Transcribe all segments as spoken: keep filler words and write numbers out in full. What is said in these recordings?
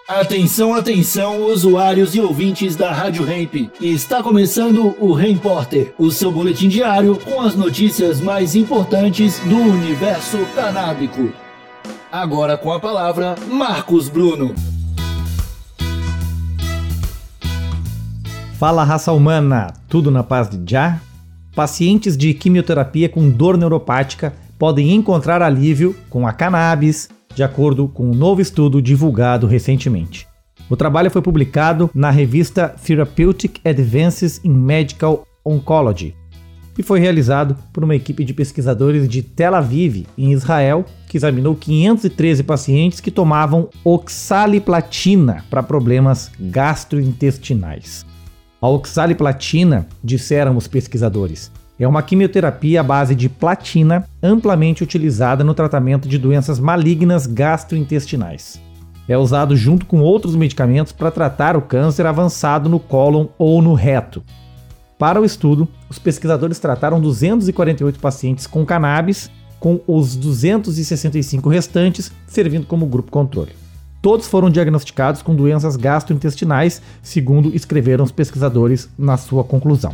Atenção, atenção, usuários e ouvintes da Rádio Hemp. Está começando o Hemporter, o seu boletim diário com as notícias mais importantes do universo canábico. Agora com a palavra, Marcos Bruno. Fala, raça humana, tudo na paz de Já? Pacientes de quimioterapia com dor neuropática podem encontrar alívio com a cannabis, de acordo com um novo estudo divulgado recentemente. O trabalho foi publicado na revista Therapeutic Advances in Medical Oncology e foi realizado por uma equipe de pesquisadores de Tel Aviv, em Israel, que examinou quinhentos e treze pacientes que tomavam oxaliplatina para problemas gastrointestinais. A oxaliplatina, disseram os pesquisadores, é uma quimioterapia à base de platina amplamente utilizada no tratamento de doenças malignas gastrointestinais. É usado junto com outros medicamentos para tratar o câncer avançado no cólon ou no reto. Para o estudo, os pesquisadores trataram duzentos e quarenta e oito pacientes com cannabis, com os duzentos e sessenta e cinco restantes servindo como grupo controle. Todos foram diagnosticados com doenças gastrointestinais, segundo escreveram os pesquisadores na sua conclusão.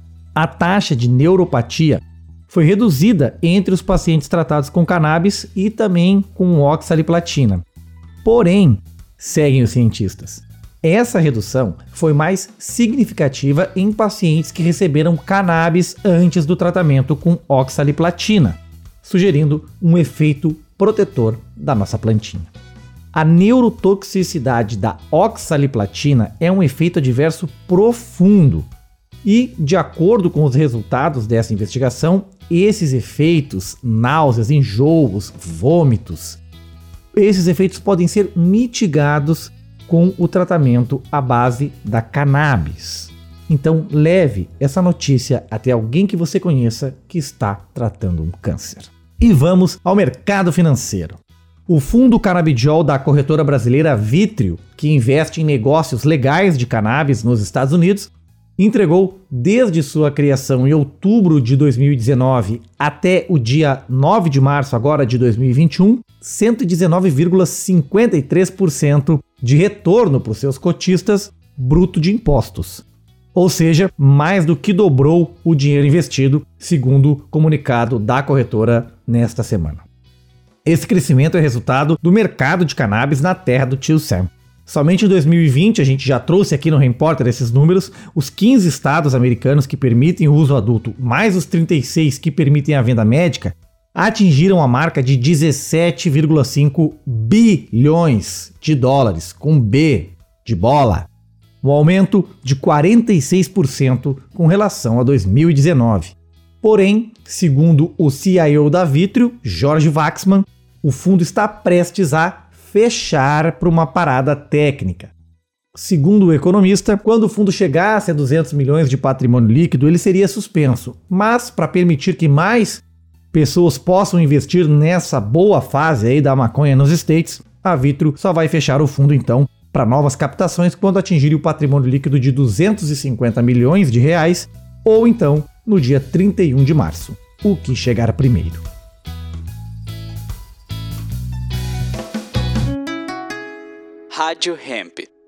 A taxa de neuropatia foi reduzida entre os pacientes tratados com cannabis e também com oxaliplatina. Porém, seguem os cientistas, essa redução foi mais significativa em pacientes que receberam cannabis antes do tratamento com oxaliplatina, sugerindo um efeito protetor da nossa plantinha. A neurotoxicidade da oxaliplatina é um efeito adverso profundo. E, de acordo com os resultados dessa investigação, esses efeitos, náuseas, enjoos, vômitos, esses efeitos podem ser mitigados com o tratamento à base da cannabis. Então, leve essa notícia até alguém que você conheça que está tratando um câncer. E vamos ao mercado financeiro. O fundo canabidiol da corretora brasileira Vitrio, que investe em negócios legais de cannabis nos Estados Unidos, entregou, desde sua criação em outubro de dois mil e dezenove até o dia nove de março agora de dois mil e vinte e um, cento e dezenove vírgula cinquenta e três por cento de retorno para os seus cotistas bruto de impostos. Ou seja, mais do que dobrou o dinheiro investido, segundo o comunicado da corretora nesta semana. Esse crescimento é resultado do mercado de cannabis na terra do tio Sam. Somente em dois mil e vinte, a gente já trouxe aqui no Hemporter esses números, os quinze estados americanos que permitem o uso adulto, mais os trinta e seis que permitem a venda médica, atingiram a marca de dezessete vírgula cinco bilhões de dólares, com B de bola, um aumento de quarenta e seis por cento com relação a dois mil e dezenove. Porém, segundo o C I O da Vitrio, Jorge Waxman, o fundo está prestes a fechar para uma parada técnica. Segundo o economista, quando o fundo chegasse a duzentos milhões de patrimônio líquido, ele seria suspenso. Mas, para permitir que mais pessoas possam investir nessa boa fase aí da maconha nos States, a Vitrio só vai fechar o fundo então para novas captações quando atingir o patrimônio líquido de duzentos e cinquenta milhões de reais, ou então no dia trinta e um de março, o que chegar primeiro. Rádio Hemp.